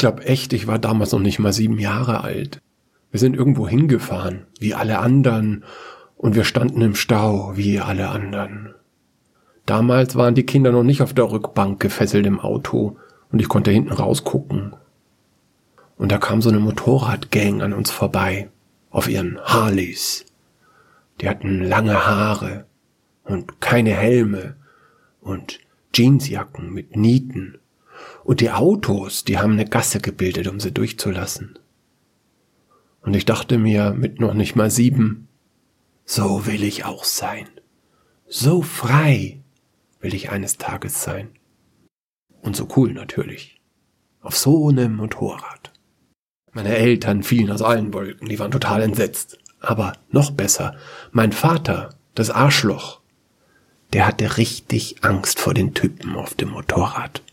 glaube echt, ich war damals noch nicht mal 7 Jahre alt. Wir sind irgendwo hingefahren, wie alle anderen, und wir standen im Stau, wie alle anderen. Damals waren die Kinder noch nicht auf der Rückbank gefesselt im Auto und ich konnte hinten rausgucken. Und da kam so eine Motorradgang an uns vorbei, auf ihren Harleys. Die hatten lange Haare und keine Helme und Jeansjacken mit Nieten. Und die Autos, die haben eine Gasse gebildet, um sie durchzulassen. Und ich dachte mir mit noch nicht mal 7, so will ich auch sein. So frei will ich eines Tages sein. Und so cool natürlich. Auf so einem Motorrad. Meine Eltern fielen aus allen Wolken, die waren total entsetzt. Aber noch besser, mein Vater, das Arschloch, der hatte richtig Angst vor den Typen auf dem Motorrad.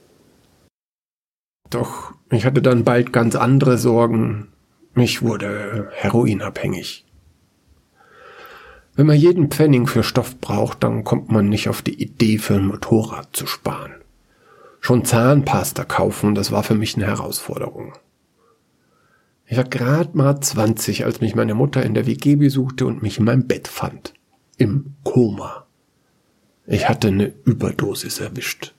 Doch ich hatte dann bald ganz andere Sorgen. Ich wurde heroinabhängig. Wenn man jeden Pfennig für Stoff braucht, dann kommt man nicht auf die Idee, für ein Motorrad zu sparen. Schon Zahnpasta kaufen, das war für mich eine Herausforderung. Ich war gerade mal 20, als mich meine Mutter in der WG besuchte und mich in meinem Bett fand. Im Koma. Ich hatte eine Überdosis erwischt.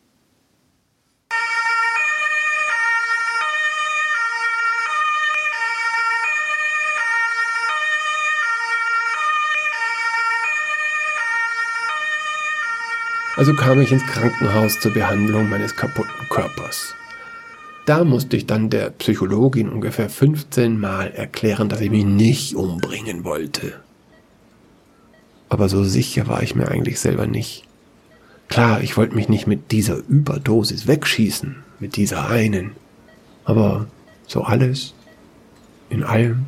Also kam ich ins Krankenhaus zur Behandlung meines kaputten Körpers. Da musste ich dann der Psychologin ungefähr 15 Mal erklären, dass ich mich nicht umbringen wollte. Aber so sicher war ich mir eigentlich selber nicht. Klar, ich wollte mich nicht mit dieser Überdosis wegschießen, mit dieser einen. Aber so alles, in allem.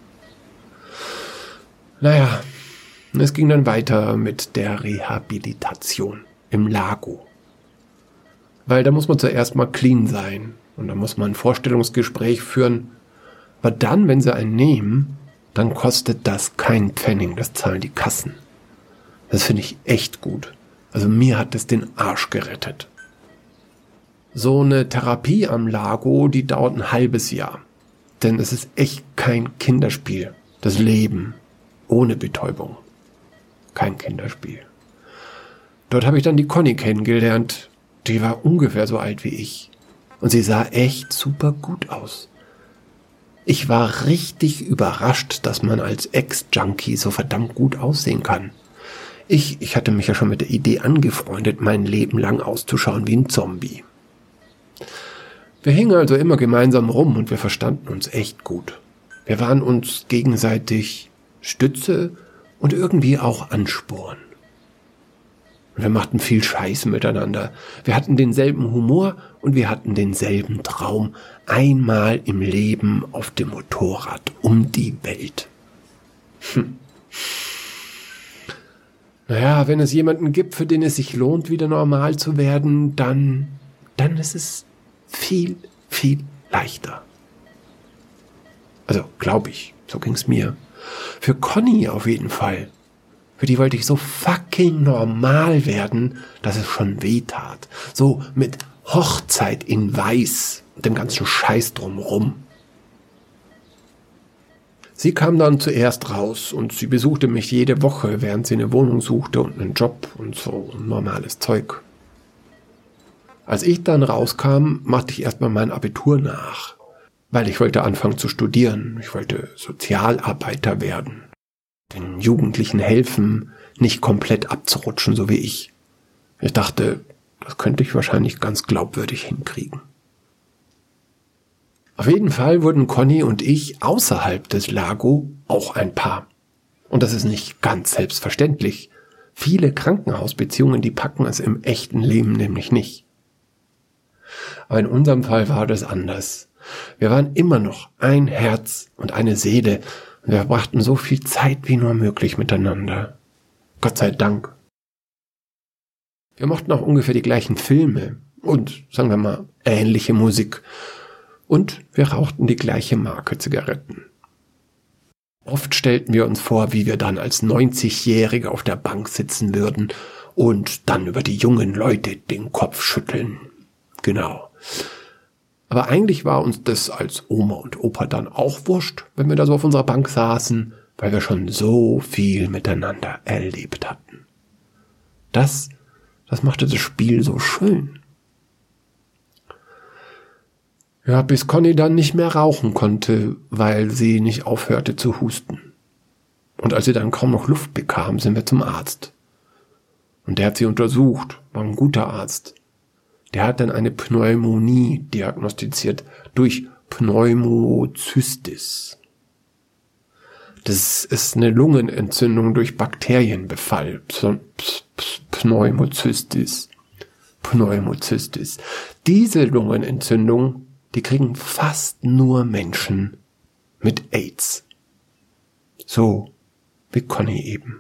Naja, es ging dann weiter mit der Rehabilitation im Lago. Weil da muss man zuerst mal clean sein. Und da muss man ein Vorstellungsgespräch führen. Aber dann, wenn sie einen nehmen, dann kostet das keinen Pfennig, das zahlen die Kassen. Das finde ich echt gut. Also mir hat es den Arsch gerettet. So eine Therapie am Lago, die dauert ein halbes Jahr. Denn es ist echt kein Kinderspiel. Das Leben ohne Betäubung. Kein Kinderspiel. Dort habe ich dann die Conny kennengelernt. Die war ungefähr so alt wie ich. Und sie sah echt super gut aus. Ich war richtig überrascht, dass man als Ex-Junkie so verdammt gut aussehen kann. Ich hatte mich ja schon mit der Idee angefreundet, mein Leben lang auszuschauen wie ein Zombie. Wir hingen also immer gemeinsam rum und wir verstanden uns echt gut. Wir waren uns gegenseitig Stütze und irgendwie auch Ansporn. Und wir machten viel Scheiß miteinander. Wir hatten denselben Humor und wir hatten denselben Traum. Einmal im Leben auf dem Motorrad um die Welt. Naja, wenn es jemanden gibt, für den es sich lohnt, wieder normal zu werden, dann ist es viel, viel leichter. Also, glaube ich, so ging's mir. Für Conny auf jeden Fall. Für die wollte ich so fucking normal werden, dass es schon weh tat. So mit Hochzeit in Weiß und dem ganzen Scheiß drumrum. Sie kam dann zuerst raus und sie besuchte mich jede Woche, während sie eine Wohnung suchte und einen Job und so normales Zeug. Als ich dann rauskam, machte ich erstmal mein Abitur nach, weil ich wollte anfangen zu studieren. Ich wollte Sozialarbeiter werden. Den Jugendlichen helfen, nicht komplett abzurutschen, so wie ich. Ich dachte, das könnte ich wahrscheinlich ganz glaubwürdig hinkriegen. Auf jeden Fall wurden Conny und ich außerhalb des Lago auch ein Paar. Und das ist nicht ganz selbstverständlich. Viele Krankenhausbeziehungen, die packen es im echten Leben nämlich nicht. Aber in unserem Fall war das anders. Wir waren immer noch ein Herz und eine Seele und wir brachten so viel Zeit wie nur möglich miteinander. Gott sei Dank. Wir mochten auch ungefähr die gleichen Filme und, sagen wir mal, ähnliche Musik. Und wir rauchten die gleiche Marke Zigaretten. Oft stellten wir uns vor, wie wir dann als 90-Jährige auf der Bank sitzen würden und dann über die jungen Leute den Kopf schütteln. Genau. Aber eigentlich war uns das als Oma und Opa dann auch wurscht, wenn wir da so auf unserer Bank saßen, weil wir schon so viel miteinander erlebt hatten. Das machte das Spiel so schön. Ja, bis Conny dann nicht mehr rauchen konnte, weil sie nicht aufhörte zu husten. Und als sie dann kaum noch Luft bekam, sind wir zum Arzt. Und der hat sie untersucht, war ein guter Arzt. Der hat dann eine Pneumonie diagnostiziert durch Pneumozystis. Das ist eine Lungenentzündung durch Bakterienbefall. Pneumozystis. Diese Lungenentzündung, die kriegen fast nur Menschen mit AIDS. So wie Conny eben.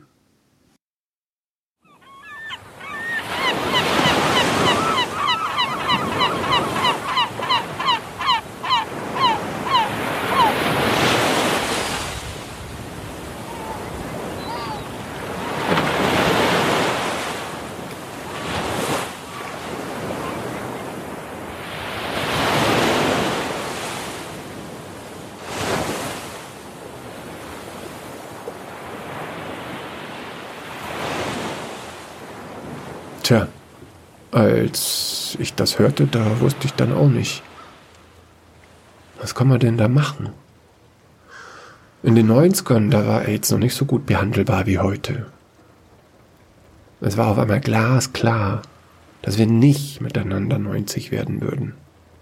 Tja, als ich das hörte, da wusste ich dann auch nicht. Was kann man denn da machen? In den 90ern, da war AIDS noch nicht so gut behandelbar wie heute. Es war auf einmal glasklar, dass wir nicht miteinander 90 werden würden.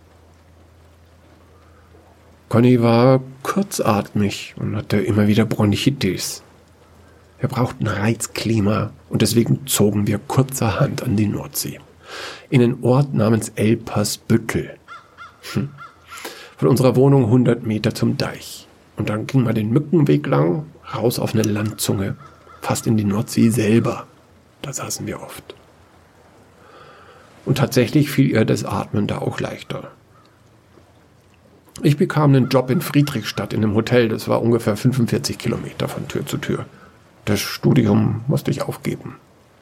Conny war kurzatmig und hatte immer wieder Bronchitis. Wir brauchten Reizklima und deswegen zogen wir kurzerhand an die Nordsee. In einen Ort namens Elpersbüttel. Von unserer Wohnung 100 Meter zum Deich. Und dann ging man den Mückenweg lang, raus auf eine Landzunge, fast in die Nordsee selber. Da saßen wir oft. Und tatsächlich fiel ihr das Atmen da auch leichter. Ich bekam einen Job in Friedrichstadt in einem Hotel, das war ungefähr 45 Kilometer von Tür zu Tür. Das Studium musste ich aufgeben.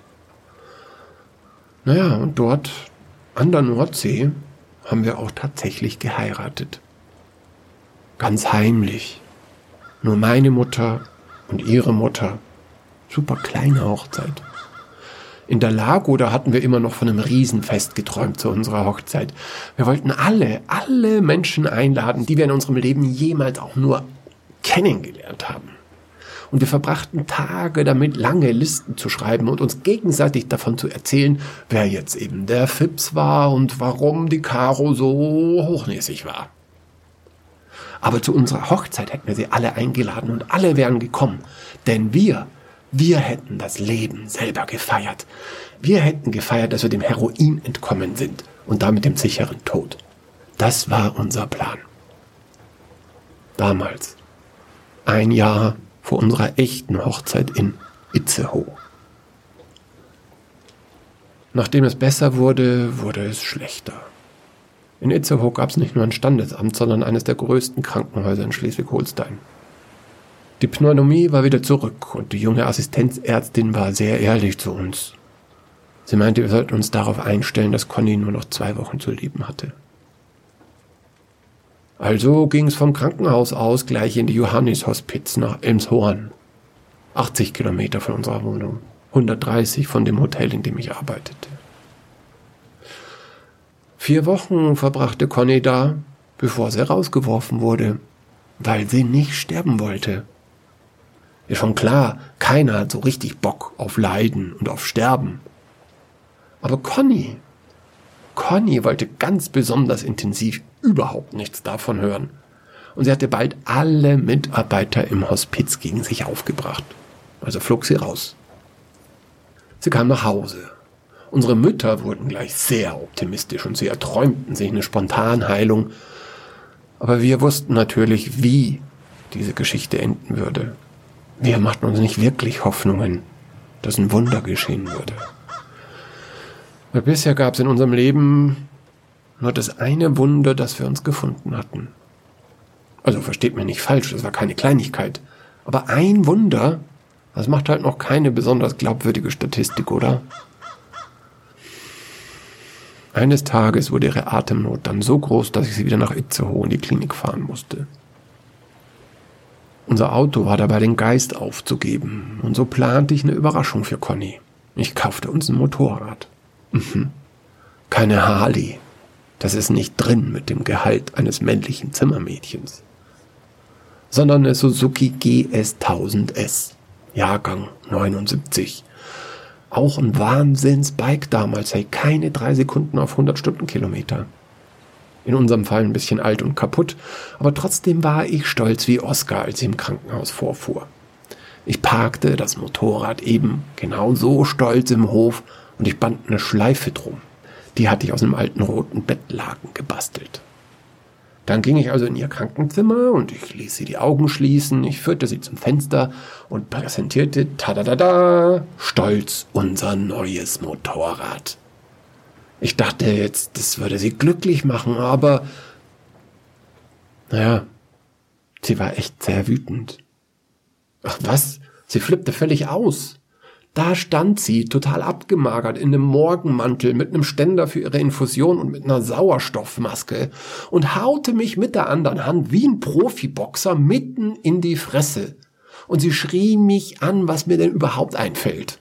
Naja, und dort, an der Nordsee, haben wir auch tatsächlich geheiratet. Ganz heimlich. Nur meine Mutter und ihre Mutter. Super kleine Hochzeit. In der Lago, da hatten wir immer noch von einem Riesenfest geträumt zu unserer Hochzeit. Wir wollten alle Menschen einladen, die wir in unserem Leben jemals auch nur kennengelernt haben. Und wir verbrachten Tage damit, lange Listen zu schreiben und uns gegenseitig davon zu erzählen, wer jetzt eben der Fips war und warum die Caro so hochnäsig war. Aber zu unserer Hochzeit hätten wir sie alle eingeladen und alle wären gekommen. Denn wir hätten das Leben selber gefeiert. Wir hätten gefeiert, dass wir dem Heroin entkommen sind und damit dem sicheren Tod. Das war unser Plan. Damals. Ein Jahr vor unserer echten Hochzeit in Itzehoe. Nachdem es besser wurde, wurde es schlechter. In Itzehoe gab es nicht nur ein Standesamt, sondern eines der größten Krankenhäuser in Schleswig-Holstein. Die Pneumonie war wieder zurück und die junge Assistenzärztin war sehr ehrlich zu uns. Sie meinte, wir sollten uns darauf einstellen, dass Conny nur noch 2 Wochen zu leben hatte. Also ging es vom Krankenhaus aus gleich in die Johannis-Hospiz nach Elmshorn. 80 Kilometer von unserer Wohnung, 130 von dem Hotel, in dem ich arbeitete. 4 Wochen verbrachte Conny da, bevor sie rausgeworfen wurde, weil sie nicht sterben wollte. Ist schon klar, keiner hat so richtig Bock auf Leiden und auf Sterben. Aber Conny wollte ganz besonders intensiv überhaupt nichts davon hören. Und sie hatte bald alle Mitarbeiter im Hospiz gegen sich aufgebracht. Also flog sie raus. Sie kam nach Hause. Unsere Mütter wurden gleich sehr optimistisch und sie erträumten sich eine Spontanheilung. Aber wir wussten natürlich, wie diese Geschichte enden würde. Wir machten uns nicht wirklich Hoffnungen, dass ein Wunder geschehen würde. Weil bisher gab es in unserem Leben nur das eine Wunder, das wir uns gefunden hatten. Also versteht mich nicht falsch, das war keine Kleinigkeit. Aber ein Wunder, das macht halt noch keine besonders glaubwürdige Statistik, oder? Eines Tages wurde ihre Atemnot dann so groß, dass ich sie wieder nach Itzehoe in die Klinik fahren musste. Unser Auto war dabei, den Geist aufzugeben, und so plante ich eine Überraschung für Conny. Ich kaufte uns ein Motorrad. Keine Harley. Das ist nicht drin mit dem Gehalt eines männlichen Zimmermädchens. Sondern eine Suzuki GS 1000S, Jahrgang 79. Auch ein Wahnsinnsbike damals, hey, keine 3 Sekunden auf 100 Stundenkilometer. In unserem Fall ein bisschen alt und kaputt, aber trotzdem war ich stolz wie Oscar, als ich im Krankenhaus vorfuhr. Ich parkte das Motorrad eben genau so stolz im Hof und ich band eine Schleife drum. Die hatte ich aus einem alten roten Bettlaken gebastelt. Dann ging ich also in ihr Krankenzimmer und ich ließ sie die Augen schließen, ich führte sie zum Fenster und präsentierte, tadadada, stolz unser neues Motorrad. Ich dachte jetzt, das würde sie glücklich machen, aber naja, sie war echt sehr wütend. Ach was, sie flippte völlig aus. Da stand sie, total abgemagert, in einem Morgenmantel, mit einem Ständer für ihre Infusion und mit einer Sauerstoffmaske und haute mich mit der anderen Hand wie ein Profiboxer mitten in die Fresse. Und sie schrie mich an, was mir denn überhaupt einfällt.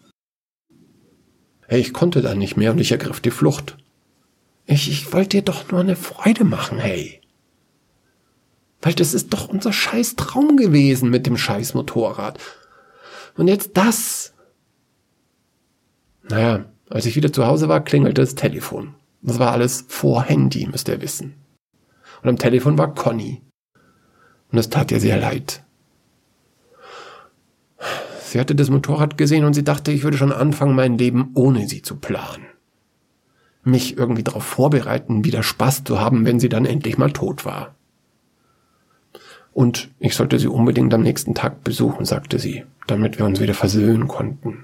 Hey, ich konnte dann nicht mehr und ich ergriff die Flucht. Ich wollte dir doch nur eine Freude machen, hey. Weil das ist doch unser scheiß Traum gewesen mit dem scheiß Motorrad. Und jetzt das. Naja, als ich wieder zu Hause war, klingelte das Telefon. Das war alles vor Handy, müsst ihr wissen. Und am Telefon war Conny. Und es tat ihr sehr leid. Sie hatte das Motorrad gesehen und sie dachte, ich würde schon anfangen, mein Leben ohne sie zu planen. Mich irgendwie darauf vorbereiten, wieder Spaß zu haben, wenn sie dann endlich mal tot war. Und ich sollte sie unbedingt am nächsten Tag besuchen, sagte sie, damit wir uns wieder versöhnen konnten.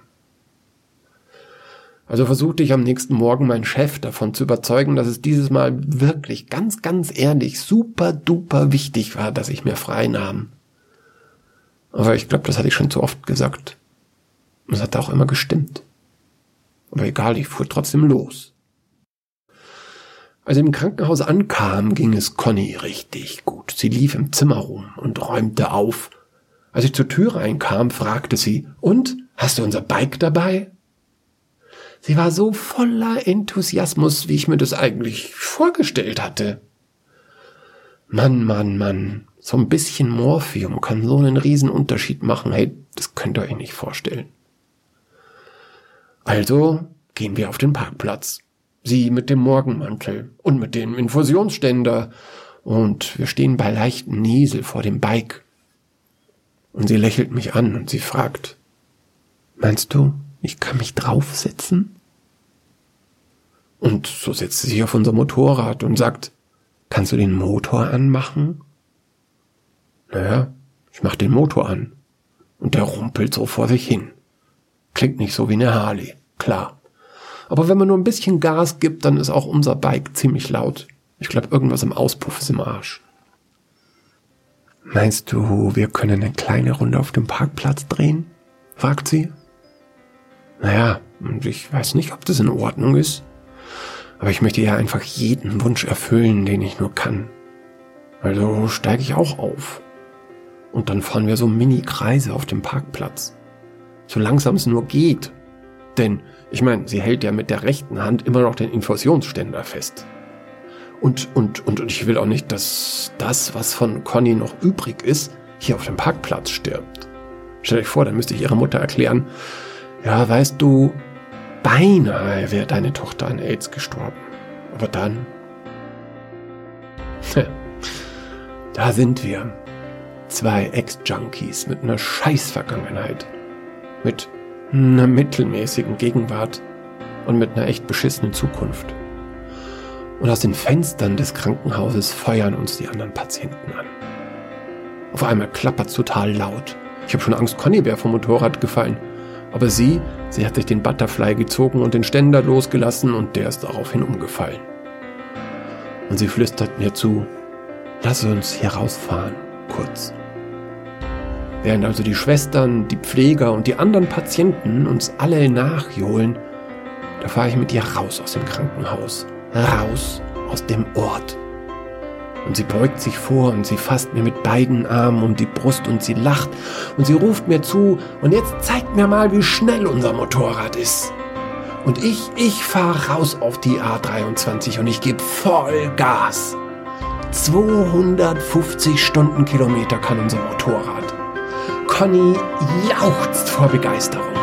Also versuchte ich am nächsten Morgen meinen Chef davon zu überzeugen, dass es dieses Mal wirklich ganz, ganz ehrlich super duper wichtig war, dass ich mir frei nahm. Aber ich glaube, das hatte ich schon zu oft gesagt. Und es hat auch immer gestimmt. Aber egal, ich fuhr trotzdem los. Als ich im Krankenhaus ankam, ging es Conny richtig gut. Sie lief im Zimmer rum und räumte auf. Als ich zur Tür reinkam, fragte sie, und, hast du unser Bike dabei? Sie war so voller Enthusiasmus, wie ich mir das eigentlich vorgestellt hatte. Mann, so ein bisschen Morphium kann so einen riesen Unterschied machen. Hey, das könnt ihr euch nicht vorstellen. Also gehen wir auf den Parkplatz. Sie mit dem Morgenmantel und mit dem Infusionsständer. Und wir stehen bei leichtem Niesel vor dem Bike. Und sie lächelt mich an und sie fragt, meinst du, ich kann mich draufsetzen? Und so setzt sie sich auf unser Motorrad und sagt, kannst du den Motor anmachen? Naja, ich mach den Motor an. Und der rumpelt so vor sich hin. Klingt nicht so wie eine Harley, klar. Aber wenn man nur ein bisschen Gas gibt, dann ist auch unser Bike ziemlich laut. Ich glaube, irgendwas im Auspuff ist im Arsch. Meinst du, wir können eine kleine Runde auf dem Parkplatz drehen? Fragt sie. Naja, und ich weiß nicht, ob das in Ordnung ist. Aber ich möchte ja einfach jeden Wunsch erfüllen, den ich nur kann. Also steige ich auch auf. Und dann fahren wir so Mini-Kreise auf dem Parkplatz. So langsam es nur geht. Denn, ich meine, sie hält ja mit der rechten Hand immer noch den Infusionsständer fest. Und ich will auch nicht, dass das, was von Conny noch übrig ist, hier auf dem Parkplatz stirbt. Stell euch vor, dann müsste ich ihrer Mutter erklären, ja, weißt du, beinahe wäre deine Tochter an AIDS gestorben. Aber dann, da sind wir. 2 Ex-Junkies mit einer Scheiß-Vergangenheit. Mit einer mittelmäßigen Gegenwart und mit einer echt beschissenen Zukunft. Und aus den Fenstern des Krankenhauses feuern uns die anderen Patienten an. Auf einmal klappert's total laut. Ich habe schon Angst, Conny wäre vom Motorrad gefallen. Aber sie hat sich den Butterfly gezogen und den Ständer losgelassen und der ist daraufhin umgefallen. Und sie flüstert mir zu, lass uns hier rausfahren, kurz. Während also die Schwestern, die Pfleger und die anderen Patienten uns alle nachjohlen, Da fahre ich mit ihr raus aus dem Krankenhaus, raus aus dem Ort. Und sie beugt sich vor und sie fasst mir mit beiden Armen um die Brust und sie lacht und sie ruft mir zu, und jetzt zeigt mir mal, wie schnell unser Motorrad ist. Und ich fahre raus auf die A23 und ich gebe voll Gas. 250 Stundenkilometer kann unser Motorrad. Conny jauchzt vor Begeisterung.